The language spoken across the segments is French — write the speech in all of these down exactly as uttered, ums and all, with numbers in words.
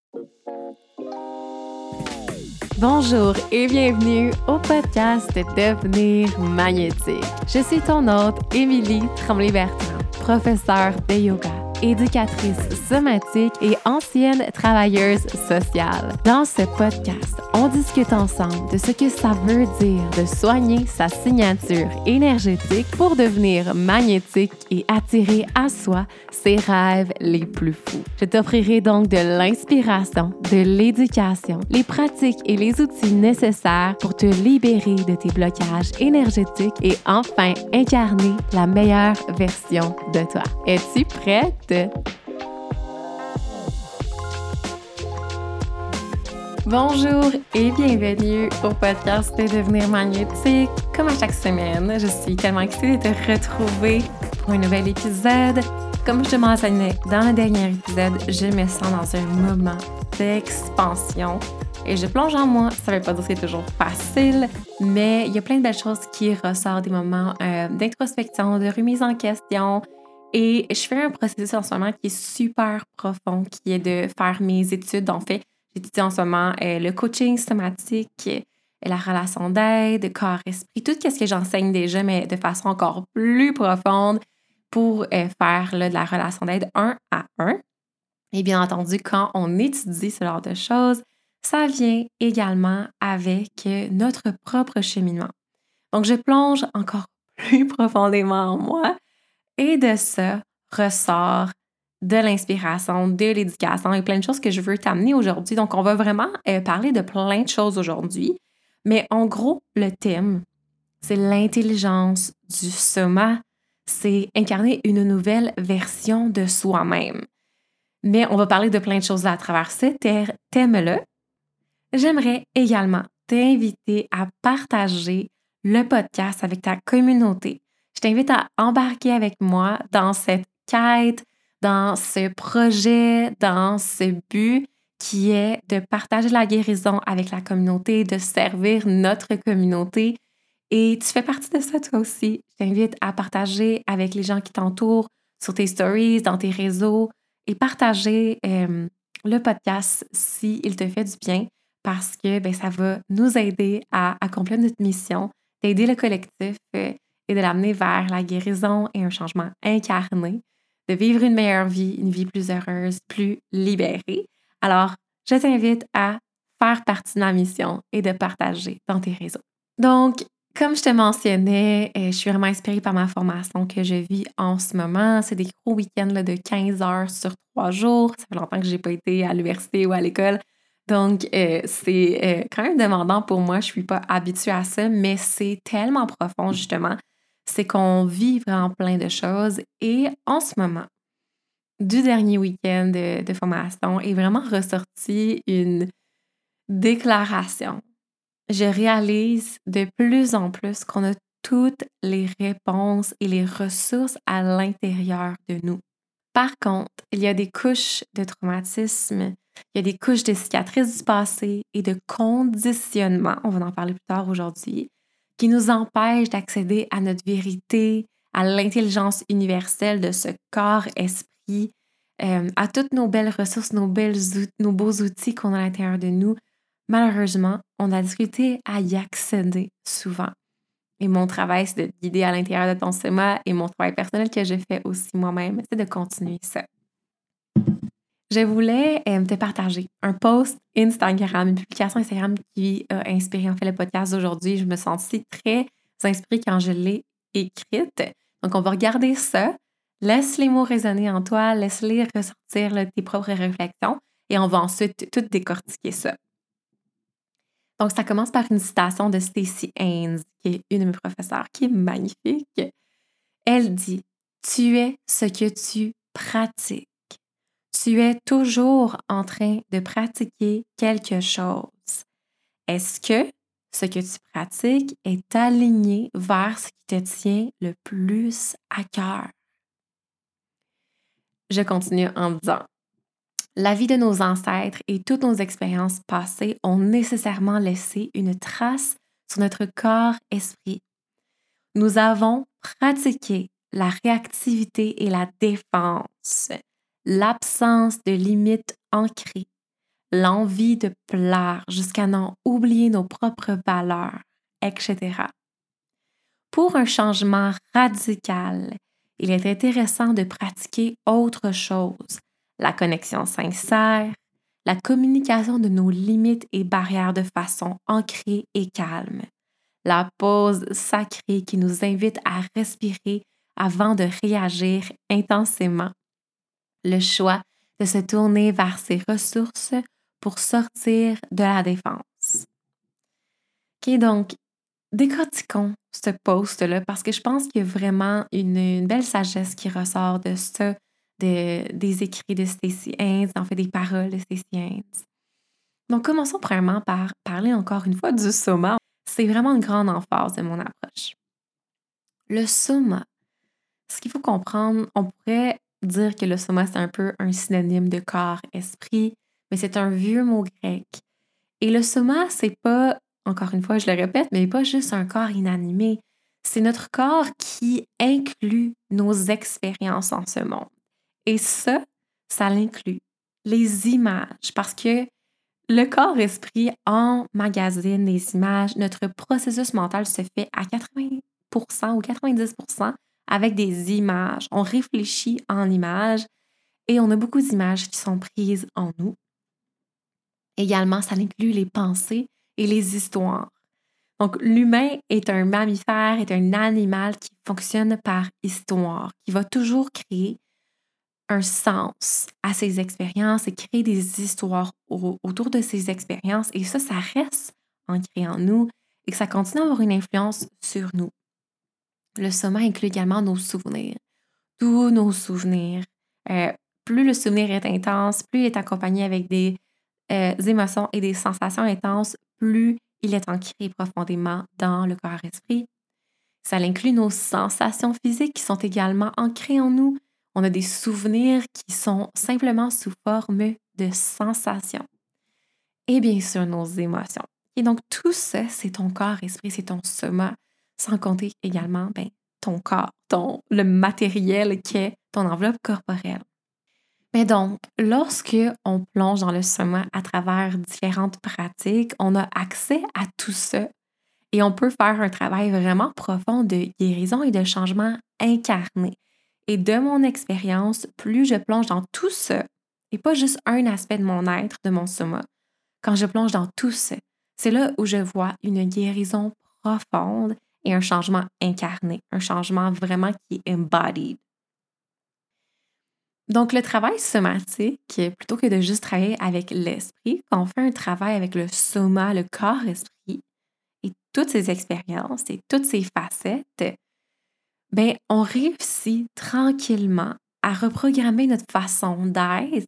Bonjour et bienvenue au podcast Devenir magnétique. Je suis ton hôte, Émilie Tremblay-Bertrand, professeure de yoga, éducatrice somatique et ancienne travailleuse sociale. Dans ce podcast, on discute ensemble de ce que ça veut dire de soigner sa signature énergétique pour devenir magnétique et attirer à soi ses rêves les plus fous. Je t'offrirai donc de l'inspiration, de l'éducation, les pratiques et les outils nécessaires pour te libérer de tes blocages énergétiques et enfin incarner la meilleure version de toi. Es-tu prête? Bonjour et bienvenue au podcast de Devenir magnétique. Comme à chaque semaine, je suis tellement excitée de te retrouver pour un nouvel épisode. Comme je te mentionnais dans le dernier épisode, je me sens dans un moment d'expansion et je plonge en moi. Ça ne veut pas dire que c'est toujours facile, mais il y a plein de belles choses qui ressortent, des moments euh, d'introspection, de remise en question. Et je fais un processus en ce moment qui est super profond, qui est de faire mes études. En fait, j'étudie en ce moment euh, le coaching somatique, la relation d'aide, corps-esprit, tout ce que j'enseigne déjà, mais de façon encore plus profonde pour euh, faire là, de la relation d'aide un à un. Et bien entendu, quand on étudie ce genre de choses, ça vient également avec euh, notre propre cheminement. Donc, je plonge encore plus profondément en moi. Et de ça ressort de l'inspiration, de l'éducation et plein de choses que je veux t'amener aujourd'hui. Donc, on va vraiment euh, parler de plein de choses aujourd'hui. Mais en gros, le thème, c'est l'intelligence du soma. C'est incarner une nouvelle version de soi-même. Mais on va parler de plein de choses à travers ce thème-là. J'aimerais également t'inviter à partager le podcast avec ta communauté. Je t'invite à embarquer avec moi dans cette quête, dans ce projet, dans ce but qui est de partager la guérison avec la communauté, de servir notre communauté. Et tu fais partie de ça toi aussi. Je t'invite à partager avec les gens qui t'entourent sur tes stories, dans tes réseaux et partager euh, le podcast s'il te fait du bien parce que ben, ça va nous aider à accomplir notre mission, d'aider le collectif euh, et de l'amener vers la guérison et un changement incarné, de vivre une meilleure vie, une vie plus heureuse, plus libérée. Alors, je t'invite à faire partie de ma mission et de partager dans tes réseaux. Donc, comme je te mentionnais, je suis vraiment inspirée par ma formation que je vis en ce moment. C'est des gros week-ends là, de quinze heures sur trois jours. Ça fait longtemps que je n'ai pas été à l'université ou à l'école. Donc, euh, c'est euh, quand même demandant pour moi. Je ne suis pas habituée à ça, mais c'est tellement profond, justement. C'est qu'on vit vraiment plein de choses. Et en ce moment, du dernier week-end de, de formation, est vraiment ressortie une déclaration. Je réalise de plus en plus qu'on a toutes les réponses et les ressources à l'intérieur de nous. Par contre, il y a des couches de traumatisme, il y a des couches de cicatrices du passé et de conditionnement, on va en parler plus tard aujourd'hui, qui nous empêchent d'accéder à notre vérité, à l'intelligence universelle de ce corps-esprit, euh, à toutes nos belles ressources, nos, belles, nos beaux outils qu'on a à l'intérieur de nous. Malheureusement, on a difficulté à y accéder souvent. Et mon travail, c'est de te guider à l'intérieur de ton soma et mon travail personnel que je fais aussi moi-même, c'est de continuer ça. Je voulais euh, te partager un post Instagram, une publication Instagram qui a inspiré en fait le podcast d'aujourd'hui. Je me sens si très inspirée quand je l'ai écrite. Donc, on va regarder ça. Laisse les mots résonner en toi, laisse-les ressortir là, tes propres réflexions et on va ensuite tout décortiquer ça. Donc, ça commence par une citation de Stacey Haynes, qui est une de mes professeurs, qui est magnifique. Elle dit « Tu es ce que tu pratiques. Tu es toujours en train de pratiquer quelque chose. Est-ce que ce que tu pratiques est aligné vers ce qui te tient le plus à cœur? » Je continue en disant la vie de nos ancêtres et toutes nos expériences passées ont nécessairement laissé une trace sur notre corps-esprit. Nous avons pratiqué la réactivité et la défense, l'absence de limites ancrées, l'envie de plaire jusqu'à n'en oublier nos propres valeurs, et cetera. Pour un changement radical, il est intéressant de pratiquer autre chose, la connexion sincère, la communication de nos limites et barrières de façon ancrée et calme, la pause sacrée qui nous invite à respirer avant de réagir intensément, le choix de se tourner vers ses ressources pour sortir de la défense. OK, donc, décortiquons ce post-là parce que je pense qu'il y a vraiment une, une belle sagesse qui ressort de ça, de, des écrits de Stacey Ains, en fait des paroles de Stacey Ains. Donc, commençons premièrement par parler encore une fois du soma. C'est vraiment une grande emphase de mon approche. Le soma, ce qu'il faut comprendre, on pourrait dire que le soma, c'est un peu un synonyme de corps-esprit, mais c'est un vieux mot grec. Et le soma, c'est pas, encore une fois, je le répète, mais pas juste un corps inanimé. C'est notre corps qui inclut nos expériences en ce monde. Et ça, ça l'inclut les images, parce que le corps-esprit emmagasine les images. Notre processus mental se fait à quatre-vingts pour cent ou quatre-vingt-dix pour cent avec des images. On réfléchit en images et on a beaucoup d'images qui sont prises en nous. Également, ça inclut les pensées et les histoires. Donc, l'humain est un mammifère, est un animal qui fonctionne par histoire, qui va toujours créer un sens à ses expériences et créer des histoires au- autour de ses expériences. Et ça, ça reste ancré en nous et que ça continue à avoir une influence sur nous. Le soma inclut également nos souvenirs. Tous nos souvenirs. Euh, plus le souvenir est intense, plus il est accompagné avec des euh, émotions et des sensations intenses, plus il est ancré profondément dans le corps-esprit. Ça inclut nos sensations physiques qui sont également ancrées en nous. On a des souvenirs qui sont simplement sous forme de sensations. Et bien sûr, nos émotions. Et donc, tout ça, c'est ton corps-esprit, c'est ton soma, sans compter également ben, ton corps, ton, le matériel qu'est ton enveloppe corporelle. Mais donc, lorsque on plonge dans le soma à travers différentes pratiques, on a accès à tout ça et on peut faire un travail vraiment profond de guérison et de changement incarné. Et de mon expérience, plus je plonge dans tout ça, et pas juste un aspect de mon être, de mon soma, quand je plonge dans tout ça, c'est là où je vois une guérison profonde et un changement incarné, un changement vraiment qui est embodied. Donc, le travail somatique, plutôt que de juste travailler avec l'esprit, quand on fait un travail avec le soma, le corps-esprit, et toutes ces expériences et toutes ces facettes, ben, on réussit tranquillement à reprogrammer notre façon d'être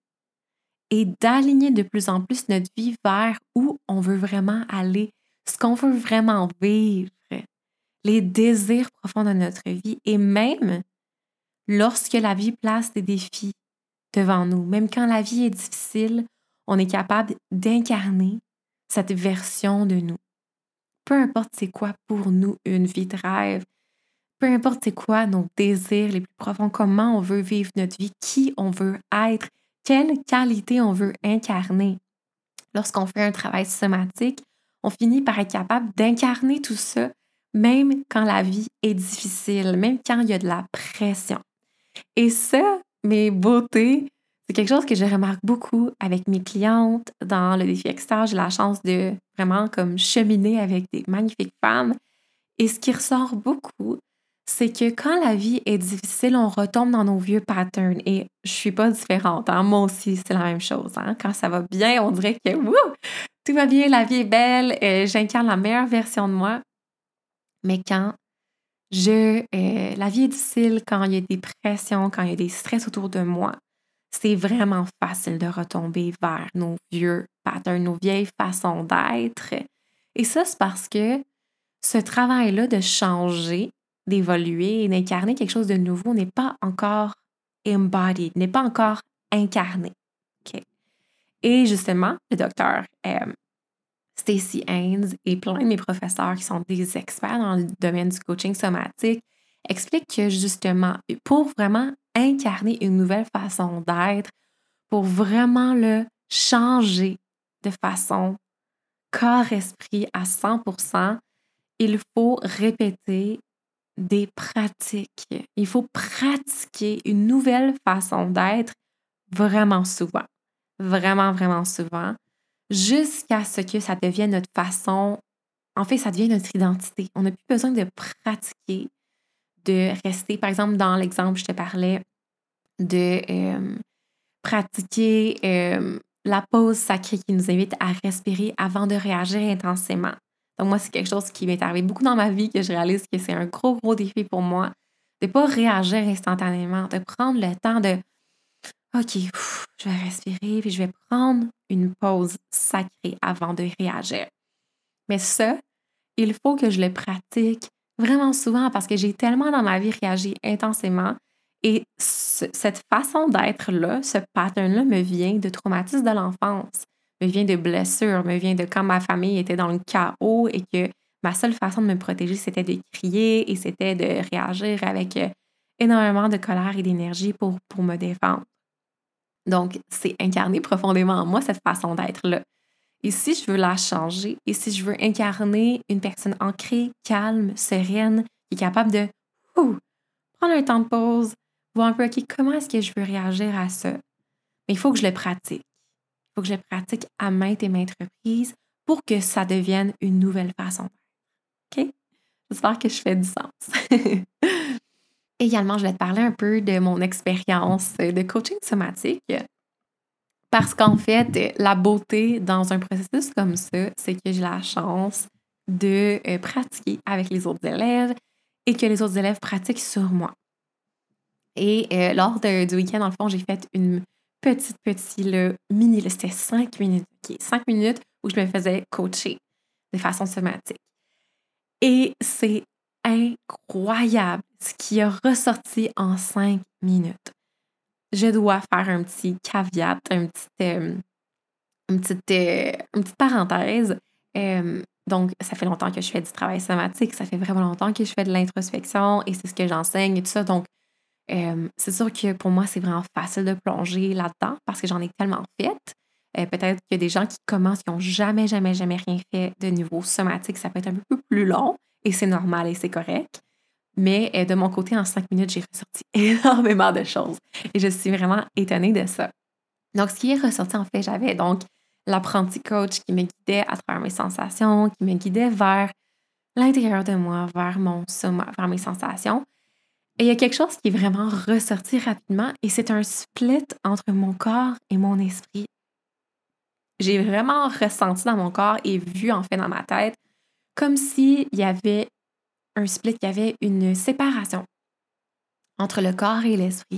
et d'aligner de plus en plus notre vie vers où on veut vraiment aller, ce qu'on veut vraiment vivre, les désirs profonds de notre vie et même lorsque la vie place des défis devant nous, même quand la vie est difficile, on est capable d'incarner cette version de nous. Peu importe c'est quoi pour nous une vie de rêve, peu importe c'est quoi nos désirs les plus profonds, comment on veut vivre notre vie, qui on veut être, quelle qualité on veut incarner. Lorsqu'on fait un travail somatique, on finit par être capable d'incarner tout ça, même quand la vie est difficile, même quand il y a de la pression. Et ça, mes beautés, c'est quelque chose que je remarque beaucoup avec mes clientes dans le défi extérieur. J'ai la chance de vraiment comme cheminer avec des magnifiques femmes. Et ce qui ressort beaucoup, c'est que quand la vie est difficile, on retombe dans nos vieux patterns. Et je suis pas différente. Hein? Moi aussi, c'est la même chose. Hein? Quand ça va bien, on dirait que wouh, tout va bien, la vie est belle, euh, j'incarne la meilleure version de moi. Mais quand je, euh, la vie est difficile, quand il y a des pressions, quand il y a des stress autour de moi, c'est vraiment facile de retomber vers nos vieux patterns, nos vieilles façons d'être. Et ça, c'est parce que ce travail-là de changer, d'évoluer et d'incarner quelque chose de nouveau n'est pas encore embodied, n'est pas encore incarné. Okay? Et justement, le docteur euh, Stacey Ains et plein de mes professeurs qui sont des experts dans le domaine du coaching somatique expliquent que justement, pour vraiment incarner une nouvelle façon d'être, pour vraiment le changer de façon corps-esprit à cent pour cent, il faut répéter des pratiques. Il faut pratiquer une nouvelle façon d'être vraiment souvent. Vraiment, vraiment souvent. Jusqu'à ce que ça devienne notre façon. En fait, ça devient notre identité. On n'a plus besoin de pratiquer, de rester, par exemple, dans l'exemple, je te parlais de euh, pratiquer euh, la pause sacrée qui nous invite à respirer avant de réagir intensément. Donc, moi, c'est quelque chose qui m'est arrivé beaucoup dans ma vie, que je réalise que c'est un gros, gros défi pour moi, de ne pas réagir instantanément, de prendre le temps de OK, pff, je vais respirer, puis je vais prendre une pause sacrée avant de réagir. Mais ça, il faut que je le pratique vraiment souvent parce que j'ai tellement dans ma vie réagi intensément et ce- cette façon d'être-là, ce pattern-là me vient de traumatismes de l'enfance, me vient de blessures, me vient de quand ma famille était dans le chaos et que ma seule façon de me protéger, c'était de crier et c'était de réagir avec euh, énormément de colère et d'énergie pour, pour me défendre. Donc, c'est incarné profondément en moi, cette façon d'être-là. Et si je veux la changer, et si je veux incarner une personne ancrée, calme, sereine, qui est capable de ouh, prendre un temps de pause, voir un peu, OK, comment est-ce que je veux réagir à ça? Mais il faut que je le pratique. Il faut que je le pratique à maintes et maintes reprises pour que ça devienne une nouvelle façon d'être. OK? J'espère que je fais du sens. Également, je vais te parler un peu de mon expérience de coaching somatique. Parce qu'en fait, la beauté dans un processus comme ça, c'est que j'ai la chance de euh, pratiquer avec les autres élèves et que les autres élèves pratiquent sur moi. Et euh, lors de, du week-end, dans le fond, j'ai fait une petite, petite là, mini, là, c'était cinq minutes, okay, cinq minutes où je me faisais coacher de façon somatique. Et c'est incroyable ce qui a ressorti en cinq minutes. Je dois faire un petit caveat, un petit, euh, une, petite, euh, une petite parenthèse. Euh, donc, ça fait longtemps que je fais du travail somatique, ça fait vraiment longtemps que je fais de l'introspection et c'est ce que j'enseigne et tout ça. Donc, euh, c'est sûr que pour moi, c'est vraiment facile de plonger là-dedans parce que j'en ai tellement fait. Euh, peut-être qu'il y a des gens qui commencent, qui n'ont jamais, jamais, jamais rien fait de niveau somatique. Ça peut être un peu plus long et c'est normal et c'est correct. Mais euh, de mon côté, en cinq minutes, j'ai ressorti énormément de choses et je suis vraiment étonnée de ça. Donc, ce qui est ressorti, en fait, j'avais donc l'apprenti coach qui me guidait à travers mes sensations, qui me guidait vers l'intérieur de moi, vers mon soma, vers mes sensations. Et il y a quelque chose qui est vraiment ressorti rapidement et c'est un split entre mon corps et mon esprit. J'ai vraiment ressenti dans mon corps et vu, en fait, dans ma tête, comme s'il y avait un split, il y avait une séparation entre le corps et l'esprit.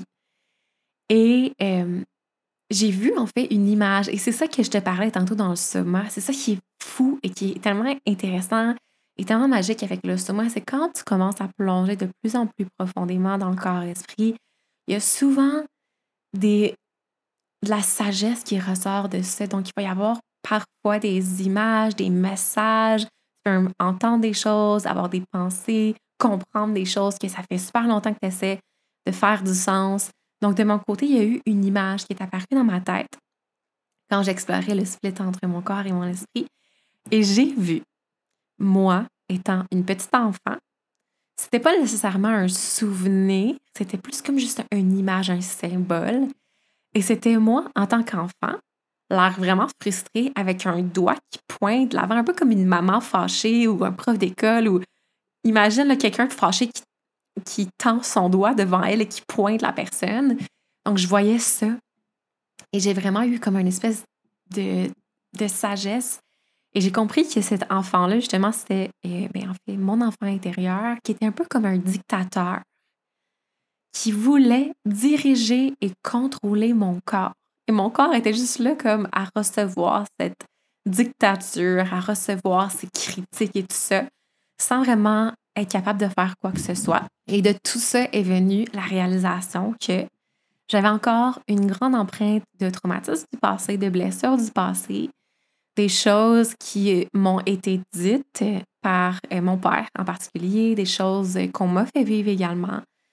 Et euh, j'ai vu en fait une image et c'est ça que je te parlais tantôt dans le soma. C'est ça qui est fou et qui est tellement intéressant et tellement magique avec le soma. C'est quand tu commences à plonger de plus en plus profondément dans le corps-esprit, il y a souvent des, de la sagesse qui ressort de ça. Donc, il va y avoir parfois des images, des messages. Tu peux entendre des choses, avoir des pensées, comprendre des choses que ça fait super longtemps que tu essaies de faire du sens. Donc, de mon côté, il y a eu une image qui est apparue dans ma tête quand j'explorais le split entre mon corps et mon esprit. Et j'ai vu, moi, étant une petite enfant, c'était pas nécessairement un souvenir, c'était plus comme juste une image, un symbole. Et c'était moi, en tant qu'enfant, l'air vraiment frustré avec un doigt qui pointe de l'avant, un peu comme une maman fâchée ou un prof d'école. Ou imagine là, quelqu'un de fâché qui qui tend son doigt devant elle et qui pointe la personne. Donc, je voyais ça. Et j'ai vraiment eu comme une espèce de, de sagesse. Et j'ai compris que cet enfant-là, justement, c'était eh bien, en fait mon enfant intérieur qui était un peu comme un dictateur qui voulait diriger et contrôler mon corps. Et mon corps était juste là comme à recevoir cette dictature, à recevoir ces critiques et tout ça, sans vraiment être capable de faire quoi que ce soit. Et de tout ça est venue la réalisation que j'avais encore une grande empreinte de traumatisme du passé, de blessures du passé, des choses qui m'ont été dites par mon père en particulier, des choses qu'on m'a fait vivre également.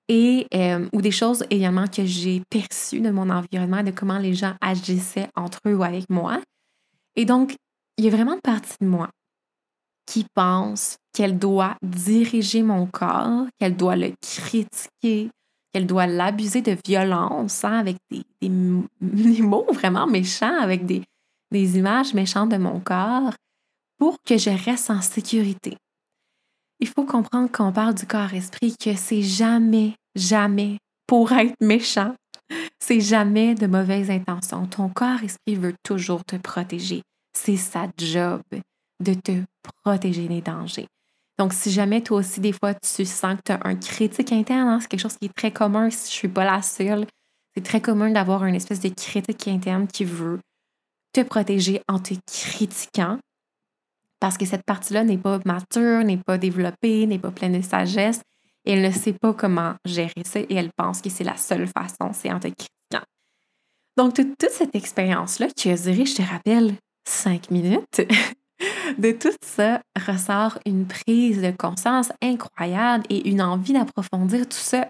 et euh, ou des choses également que j'ai perçues de mon environnement, de comment les gens agissaient entre eux ou avec moi. Et donc, il y a vraiment une partie de moi qui pense qu'elle doit diriger mon corps, qu'elle doit le critiquer, qu'elle doit l'abuser de violence, hein, avec des, des, des mots vraiment méchants, avec des, des images méchantes de mon corps, pour que je reste en sécurité. Il faut comprendre quand on parle du corps-esprit que c'est jamais, jamais pour être méchant. C'est jamais de mauvaises intentions. Ton corps-esprit veut toujours te protéger. C'est sa job de te protéger des dangers. Donc, si jamais toi aussi, des fois, tu sens que tu as un critique interne, hein, c'est quelque chose qui est très commun, si je ne suis pas la seule, c'est très commun d'avoir une espèce de critique interne qui veut te protéger en te critiquant parce que cette partie-là n'est pas mature, n'est pas développée, n'est pas pleine de sagesse et elle ne sait pas comment gérer ça et elle pense que c'est la seule façon, c'est en te critiquant. Donc, toute, toute cette expérience-là qui a duré, je te rappelle, cinq minutes, de tout ça ressort une prise de conscience incroyable et une envie d'approfondir tout ça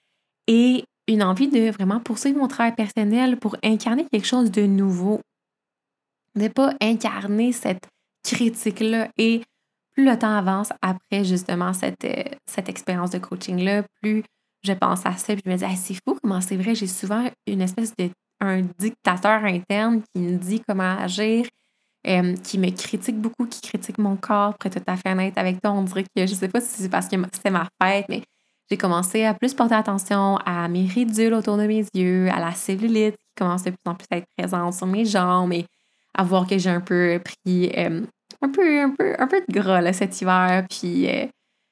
et une envie de vraiment poursuivre mon travail personnel pour incarner quelque chose de nouveau. De ne pas incarner cette critique-là. Et plus le temps avance après justement cette, euh, cette expérience de coaching-là, plus je pense à ça et je me dis ah, c'est fou comment c'est vrai, j'ai souvent une espèce de un dictateur interne qui me dit comment agir, euh, qui me critique beaucoup, qui critique mon corps, pour être tout à fait honnête avec toi. On dirait que je sais pas si c'est parce que c'est ma fête, mais j'ai commencé à plus porter attention à mes ridules autour de mes yeux, à la cellulite qui commence de plus en plus à être présente sur mes jambes et à voir que j'ai un peu pris euh, un, peu, un, peu, un peu de gras là, cet hiver, puis euh,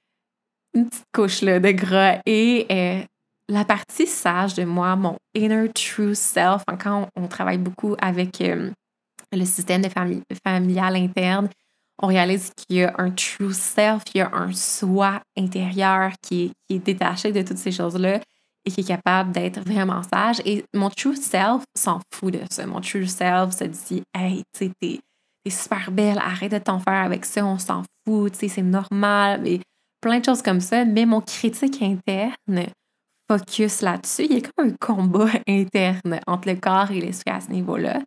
une petite couche là, de gras. Et euh, la partie sage de moi, mon inner true self, quand on, on travaille beaucoup avec euh, le système de famille, familial interne, on réalise qu'il y a un true self, il y a un soi intérieur qui est, qui est détaché de toutes ces choses-là et qui est capable d'être vraiment sage. Et mon true self s'en fout de ça. Mon true self se dit « Hey, tu sais, t'es, t'es super belle, arrête de t'en faire avec ça, on s'en fout, tu sais, c'est normal. » Et plein de choses comme ça. Mais mon critique interne focus là-dessus. Il y a comme un combat interne entre le corps et l'esprit à ce niveau-là.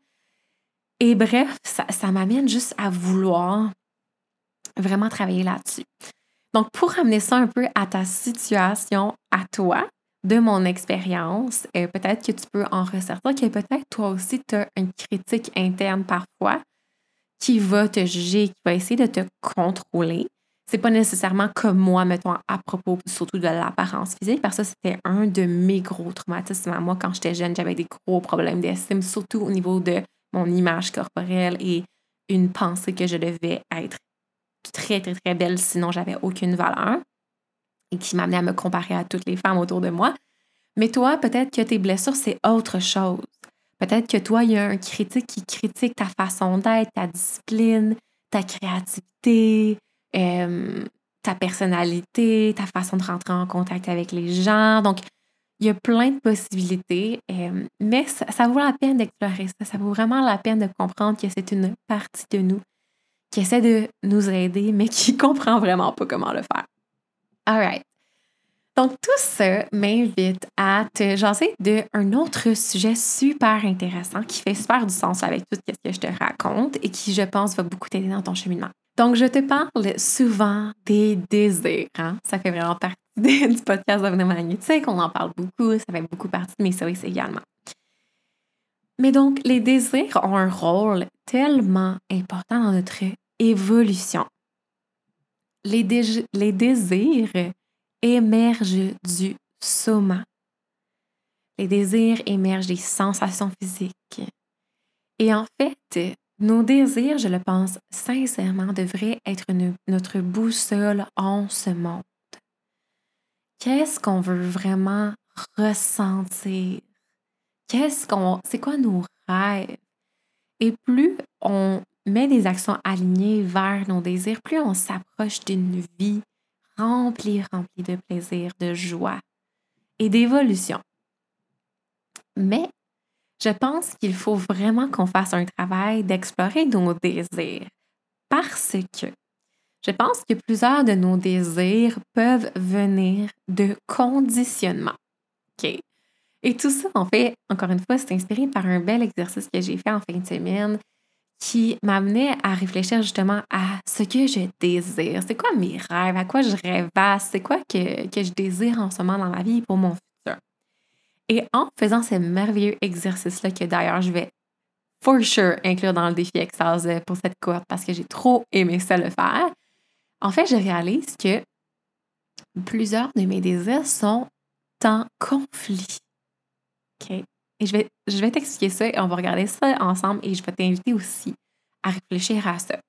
Et bref, ça, ça m'amène juste à vouloir vraiment travailler là-dessus. Donc, pour amener ça un peu à ta situation, à toi, de mon expérience, euh, peut-être que tu peux en ressortir que peut-être toi aussi, tu as une critique interne parfois qui va te juger, qui va essayer de te contrôler. C'est pas nécessairement comme moi, mettons, à propos surtout de l'apparence physique, parce que ça, c'était un de mes gros traumatismes à moi. Quand j'étais jeune, j'avais des gros problèmes d'estime, surtout au niveau de mon image corporelle et une pensée que je devais être très, très, très belle, sinon j'avais aucune valeur et qui m'amenait à me comparer à toutes les femmes autour de moi. Mais toi, peut-être que tes blessures, c'est autre chose. Peut-être que toi, il y a un critique qui critique ta façon d'être, ta discipline, ta créativité, euh, ta personnalité, ta façon de rentrer en contact avec les gens. Donc, il y a plein de possibilités, euh, mais ça, ça vaut la peine d'explorer ça. Ça vaut vraiment la peine de comprendre que c'est une partie de nous qui essaie de nous aider, mais qui comprend vraiment pas comment le faire. All right. Donc, tout ça m'invite à te jaser d'un autre sujet super intéressant qui fait super du sens avec tout ce que je te raconte et qui, je pense, va beaucoup t'aider dans ton cheminement. Donc, je te parle souvent des désirs. Hein? Ça fait vraiment partie du podcast Devenir magnétique. On en parle beaucoup. Ça fait beaucoup partie de mes services également. Mais donc, les désirs ont un rôle tellement important dans notre évolution. Les, dé- les désirs émergent du soma. Les désirs émergent des sensations physiques. Et en fait, nos désirs, je le pense sincèrement, devraient être une- notre boussole en ce monde. Qu'est-ce qu'on veut vraiment ressentir? Qu'est-ce qu'on, c'est quoi nos rêves? Et plus on met des actions alignées vers nos désirs, plus on s'approche d'une vie remplie, remplie de plaisir, de joie et d'évolution. Mais je pense qu'il faut vraiment qu'on fasse un travail d'explorer nos désirs parce que Je pense que plusieurs de nos désirs peuvent venir de conditionnement. OK? Et tout ça, en fait, encore une fois, c'est inspiré par un bel exercice que j'ai fait en fin de semaine qui m'amenait à réfléchir justement à ce que je désire. C'est quoi mes rêves? À quoi je rêvasse? C'est quoi que, que je désire en ce moment dans ma vie pour mon futur? Et en faisant ce merveilleux exercice-là, que d'ailleurs, je vais for sure inclure dans le défi Extase pour cette cohorte parce que j'ai trop aimé ça le faire, en fait, je réalise que plusieurs de mes désirs sont en conflit. OK? Et je vais, je vais t'expliquer ça et on va regarder ça ensemble et je vais t'inviter aussi à réfléchir à ça.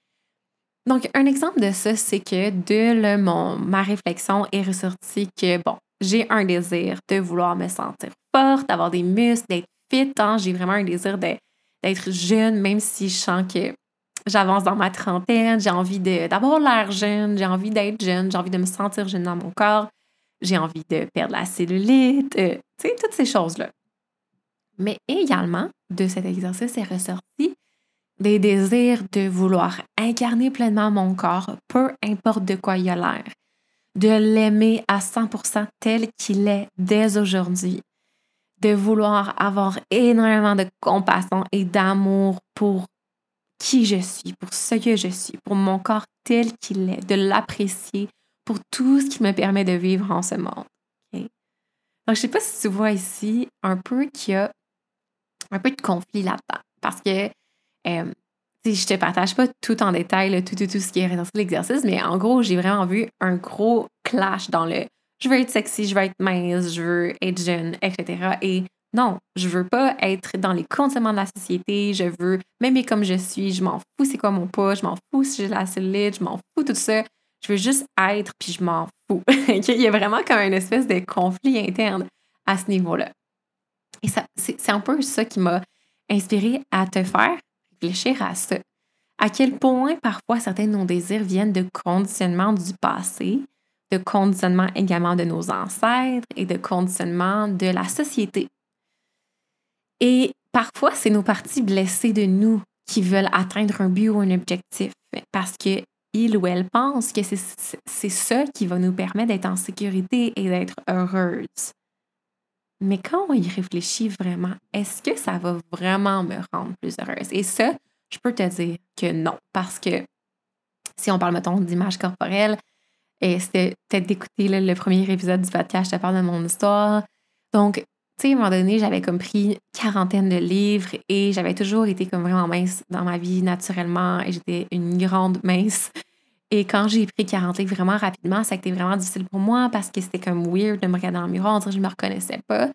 Donc, un exemple de ça, c'est que de le, mon, ma réflexion est ressortie que, bon, j'ai un désir de vouloir me sentir forte, d'avoir des muscles, d'être fit. Hein? J'ai vraiment un désir de, d'être jeune, même si je sens que j'avance dans ma trentaine, j'ai envie de, d'avoir l'air jeune, j'ai envie d'être jeune, j'ai envie de me sentir jeune dans mon corps, j'ai envie de perdre la cellulite, euh, tu sais, toutes ces choses-là. Mais également, de cet exercice est ressorti des désirs de vouloir incarner pleinement mon corps, peu importe de quoi il a l'air, de l'aimer à cent pour cent tel qu'il est dès aujourd'hui, de vouloir avoir énormément de compassion et d'amour pour qui je suis, pour ce que je suis, pour mon corps tel qu'il est, de l'apprécier pour tout ce qui me permet de vivre en ce monde. Okay? Donc, je ne sais pas si tu vois ici un peu qu'il y a un peu de conflit là-dedans. Parce que euh, je ne te partage pas tout en détail, là, tout, tout, tout ce qui est ressorti de l'exercice, mais en gros, j'ai vraiment vu un gros clash dans le je veux être sexy, je veux être mince, je veux être jeune, et cetera. Et non, je veux pas être dans les conditionnements de la société, je veux m'aimer comme je suis, je m'en fous c'est quoi mon poids, je m'en fous si j'ai la cellulite, je m'en fous tout ça. Je veux juste être, puis je m'en fous. Il y a vraiment comme une espèce de conflit interne à ce niveau-là. Et ça, c'est, c'est un peu ça qui m'a inspirée à te faire réfléchir à ça. À quel point parfois certains de nos désirs viennent de conditionnements du passé, de conditionnements également de nos ancêtres et de conditionnements de la société. Et parfois, c'est nos parties blessées de nous qui veulent atteindre un but ou un objectif parce qu'ils ou elles pensent que c'est, c'est ça qui va nous permettre d'être en sécurité et d'être heureuse. Mais quand on y réfléchit vraiment, est-ce que ça va vraiment me rendre plus heureuse? Et ça, je peux te dire que non. Parce que si on parle, mettons, d'image corporelle, et c'était peut-être d'écouter là, le premier épisode du podcast, je te parle de mon histoire. Donc, tu sais, à un moment donné, j'avais comme pris quarantaine de livres et j'avais toujours été comme vraiment mince dans ma vie naturellement et j'étais une grande mince. Et quand j'ai pris quarante livres vraiment rapidement, ça a été vraiment difficile pour moi parce que c'était comme weird de me regarder dans le miroir, on dirait que je me reconnaissais pas.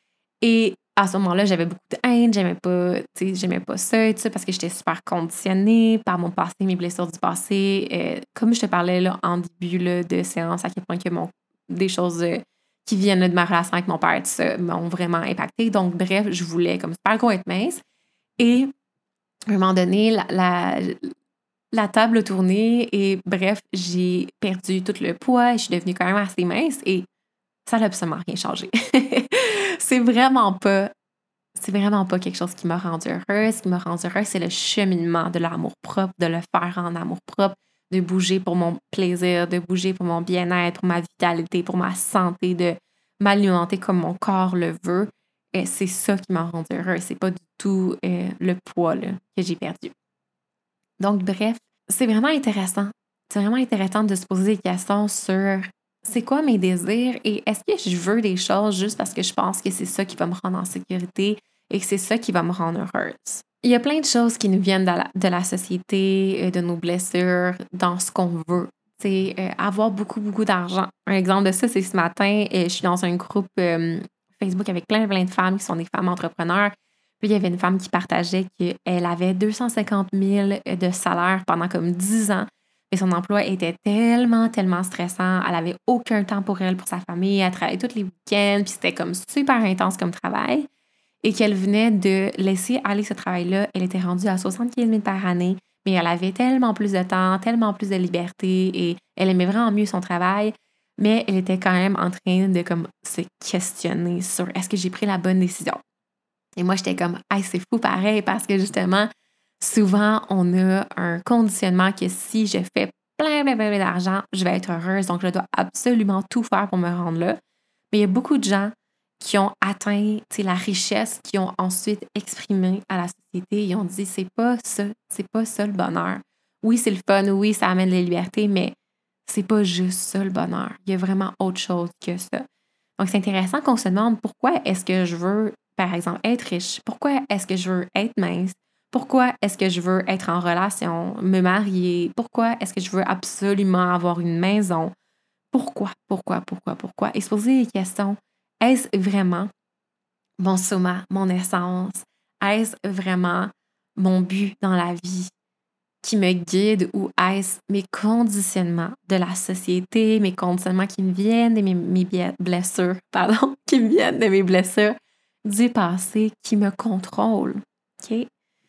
Et à ce moment-là, j'avais beaucoup de haine, j'aimais pas, tu sais, j'aimais pas ça et tout ça parce que j'étais super conditionnée par mon passé, mes blessures du passé. Euh, comme je te parlais là, en début là, de séance, à quel point que mon, des choses euh, qui viennent là, de ma relation avec mon père, tout ça, m'ont vraiment impacté. Donc, bref, je voulais comme super gros être mince. Et à un moment donné, la, la, la table a tourné et bref, j'ai perdu tout le poids et je suis devenue quand même assez mince et ça n'a absolument rien changé. c'est vraiment pas c'est vraiment pas quelque chose qui m'a rendue heureuse. Ce qui m'a rendue heureuse, c'est le cheminement de l'amour-propre, de le faire en amour-propre, de bouger pour mon plaisir, de bouger pour mon bien-être, pour ma vitalité, pour ma santé, de m'alimenter comme mon corps le veut. Et c'est ça qui m'a rendue heureuse. C'est pas du tout euh, le poids là, que j'ai perdu. Donc, bref, c'est vraiment intéressant. C'est vraiment intéressant de se poser des questions sur c'est quoi mes désirs et est-ce que je veux des choses juste parce que je pense que c'est ça qui va me rendre en sécurité et que c'est ça qui va me rendre heureuse. Il y a plein de choses qui nous viennent de la, de la société, de nos blessures, dans ce qu'on veut. C'est euh, avoir beaucoup, beaucoup d'argent. Un exemple de ça, c'est ce matin, je suis dans un groupe euh, Facebook avec plein, plein de femmes qui sont des femmes entrepreneurs. Puis il y avait une femme qui partageait qu'elle avait deux cent cinquante mille de salaire pendant comme dix ans. Et son emploi était tellement, tellement stressant. Elle avait aucun temps pour elle, pour sa famille. Elle travaillait tous les week-ends. Puis c'était comme super intense comme travail. Et qu'elle venait de laisser aller ce travail-là. Elle était rendue à soixante-quinze mille par année. Mais elle avait tellement plus de temps, tellement plus de liberté. Et elle aimait vraiment mieux son travail. Mais elle était quand même en train de comme, se questionner sur est-ce que j'ai pris la bonne décision. Et moi, j'étais comme, hey, c'est fou pareil parce que justement, souvent, on a un conditionnement que si je fais plein, plein, plein, plein d'argent, je vais être heureuse, donc je dois absolument tout faire pour me rendre là. Mais il y a beaucoup de gens qui ont atteint la richesse, qui ont ensuite exprimé à la société, ils ont dit c'est pas ça, c'est pas ça le bonheur. Oui, c'est le fun, oui, ça amène la liberté, mais c'est pas juste ça le bonheur. Il y a vraiment autre chose que ça. Donc, c'est intéressant qu'on se demande pourquoi est-ce que je veux, par exemple, être riche? Pourquoi est-ce que je veux être mince? Pourquoi est-ce que je veux être en relation, me marier? Pourquoi est-ce que je veux absolument avoir une maison? Pourquoi, pourquoi, pourquoi, pourquoi? Et se poser des questions. Est-ce vraiment mon soma, mon essence? Est-ce vraiment mon but dans la vie qui me guide ou est-ce mes conditionnements de la société, mes conditionnements qui me viennent de mes, mes blessures, pardon, qui me viennent de mes blessures du passé qui me contrôlent? OK?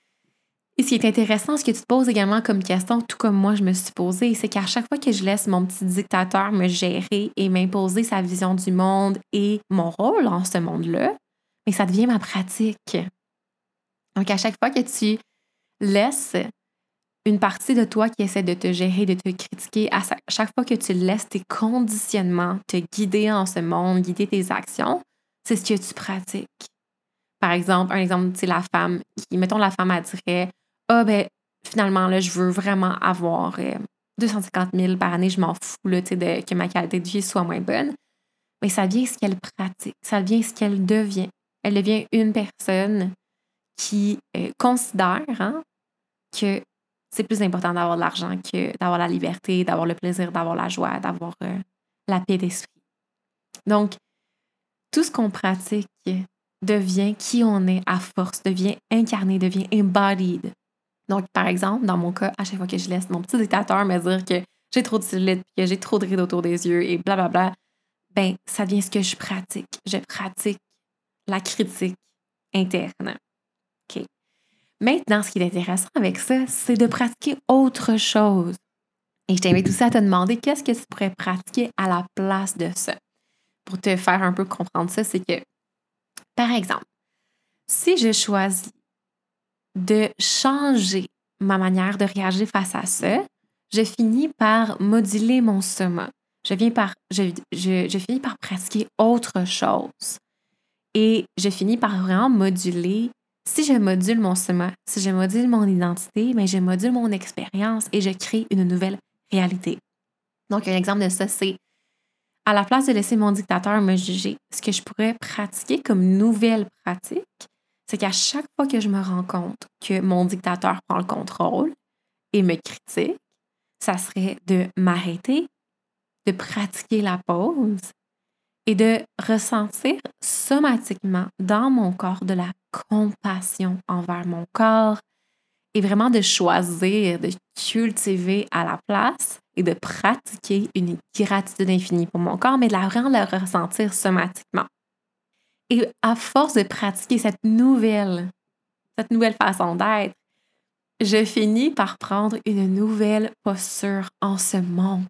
Et ce qui est intéressant, ce que tu te poses également comme question, tout comme moi je me suis posée, c'est qu'à chaque fois que je laisse mon petit dictateur me gérer et m'imposer sa vision du monde et mon rôle dans ce monde-là, mais ça devient ma pratique. Donc, à chaque fois que tu laisses une partie de toi qui essaie de te gérer, de te critiquer, à chaque fois que tu laisses tes conditionnements te guider en ce monde, guider tes actions, c'est ce que tu pratiques. Par exemple, un exemple, tu sais, la femme qui, mettons, la femme, elle dirait ah, ben, finalement, là, je veux vraiment avoir euh, deux cent cinquante mille par année, je m'en fous, là, tu sais, de, que ma qualité de vie soit moins bonne. Mais ça devient ce qu'elle pratique, ça devient ce qu'elle devient. Elle devient une personne qui euh, considère hein, que c'est plus important d'avoir de l'argent que d'avoir la liberté, d'avoir le plaisir, d'avoir la joie, d'avoir euh, la paix d'esprit. Donc, tout ce qu'on pratique devient qui on est à force, devient incarné, devient embodied. Donc, par exemple, dans mon cas, à chaque fois que je laisse mon petit dictateur me dire que j'ai trop de cellulite, que j'ai trop de rides autour des yeux et blablabla, ben ça devient ce que je pratique. Je pratique la critique interne. OK? Maintenant, ce qui est intéressant avec ça, c'est de pratiquer autre chose. Et je t'invite aussi à te demander qu'est-ce que tu pourrais pratiquer à la place de ça. Pour te faire un peu comprendre ça, c'est que, par exemple, si je choisis de changer ma manière de réagir face à ça, je finis par moduler mon soma. Je, viens par, je, je, je finis par pratiquer autre chose. Et je finis par vraiment moduler. Si je module mon soma, si je module mon identité, mais je module mon expérience et je crée une nouvelle réalité. Donc, un exemple de ça, c'est à la place de laisser mon dictateur me juger, ce que je pourrais pratiquer comme nouvelle pratique, c'est qu'à chaque fois que je me rends compte que mon dictateur prend le contrôle et me critique, ça serait de m'arrêter, de pratiquer la pause et de ressentir somatiquement dans mon corps de la compassion envers mon corps et vraiment de choisir, de cultiver à la place et de pratiquer une gratitude infinie pour mon corps, mais de la vraiment le ressentir somatiquement. Et à force de pratiquer cette nouvelle, cette nouvelle façon d'être, je finis par prendre une nouvelle posture en ce monde.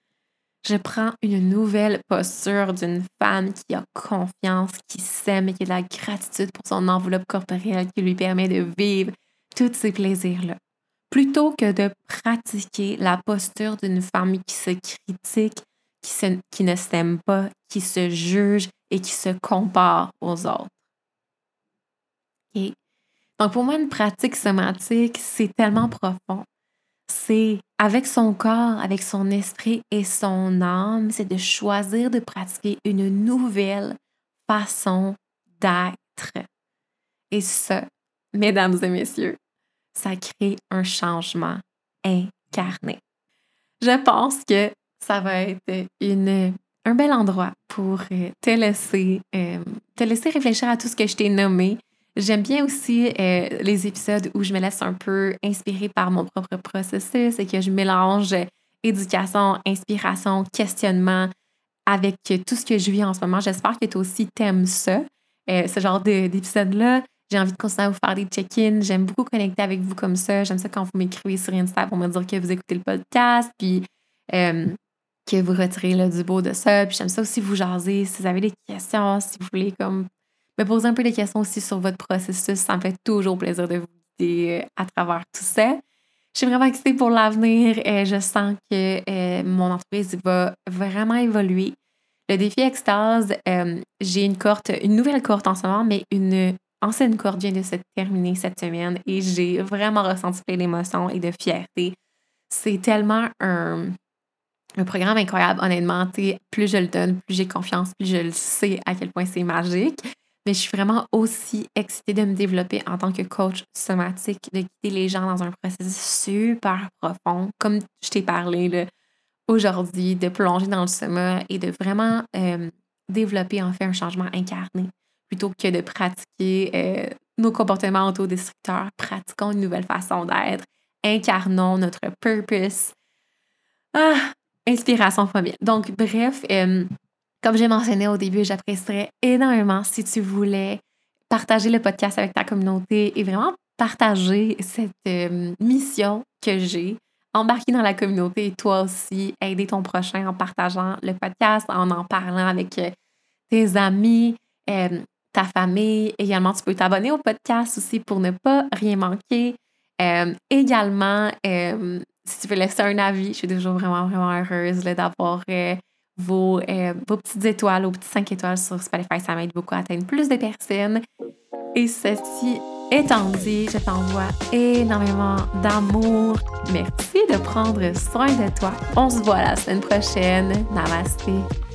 Je prends une nouvelle posture d'une femme qui a confiance, qui s'aime et qui a de la gratitude pour son enveloppe corporelle qui lui permet de vivre tous ces plaisirs-là. Plutôt que de pratiquer la posture d'une femme qui se critique, qui, se, qui ne s'aime pas, qui se juge et qui se compare aux autres. Okay? Donc, pour moi, une pratique somatique, c'est tellement profond. C'est avec son corps, avec son esprit et son âme, c'est de choisir de pratiquer une nouvelle façon d'être. Et ça, mesdames et messieurs, ça crée un changement incarné. Je pense que ça va être une, un bel endroit pour te laisser, euh, te laisser réfléchir à tout ce que je t'ai nommé. J'aime bien aussi euh, les épisodes où je me laisse un peu inspirer par mon propre processus et que je mélange éducation, inspiration, questionnement avec tout ce que je vis en ce moment. J'espère que toi aussi t'aimes ça, euh, ce genre de, d'épisode-là. J'ai envie de continuer à vous faire des check-ins. J'aime beaucoup connecter avec vous comme ça. J'aime ça quand vous m'écrivez sur Insta pour me dire que vous écoutez le podcast, puis euh, que vous retirez là, du beau de ça. Puis j'aime ça aussi vous jaser. Si vous avez des questions, si vous voulez comme me poser un peu des questions aussi sur votre processus, ça me fait toujours plaisir de vous guider à travers tout ça. suis vraiment excitée pour l'avenir. Euh, je sens que euh, mon entreprise va vraiment évoluer. Le défi Extase, euh, j'ai une cohorte, une nouvelle cohorte en ce moment, mais une ancienne cohorte vient de se terminer cette semaine et j'ai vraiment ressenti plein d'émotions et de fierté. C'est tellement un, un programme incroyable, honnêtement. T'sais, plus je le donne, plus j'ai confiance, plus je le sais à quel point c'est magique. Mais je suis vraiment aussi excitée de me développer en tant que coach somatique, de guider les gens dans un processus super profond, comme je t'ai parlé là, aujourd'hui, de plonger dans le soma et de vraiment euh, développer en fait un changement incarné plutôt que de pratiquer euh, nos comportements autodestructeurs. Pratiquons une nouvelle façon d'être, incarnons notre purpose. Ah, inspiration première. Donc, bref, euh, comme j'ai mentionné au début, j'apprécierais énormément si tu voulais partager le podcast avec ta communauté et vraiment partager cette euh, mission que j'ai. Embarquer dans la communauté et toi aussi, aider ton prochain en partageant le podcast, en en parlant avec euh, tes amis, euh, ta famille. Également, tu peux t'abonner au podcast aussi pour ne pas rien manquer. Euh, également, euh, si tu veux laisser un avis, je suis toujours vraiment, vraiment heureuse là, d'avoir euh, vos, euh, vos petites étoiles, vos petites cinq étoiles sur Spotify. Ça m'aide beaucoup à atteindre plus de personnes. Et ceci étant dit, je t'envoie énormément d'amour. Merci de prendre soin de toi. On se voit la semaine prochaine. Namasté.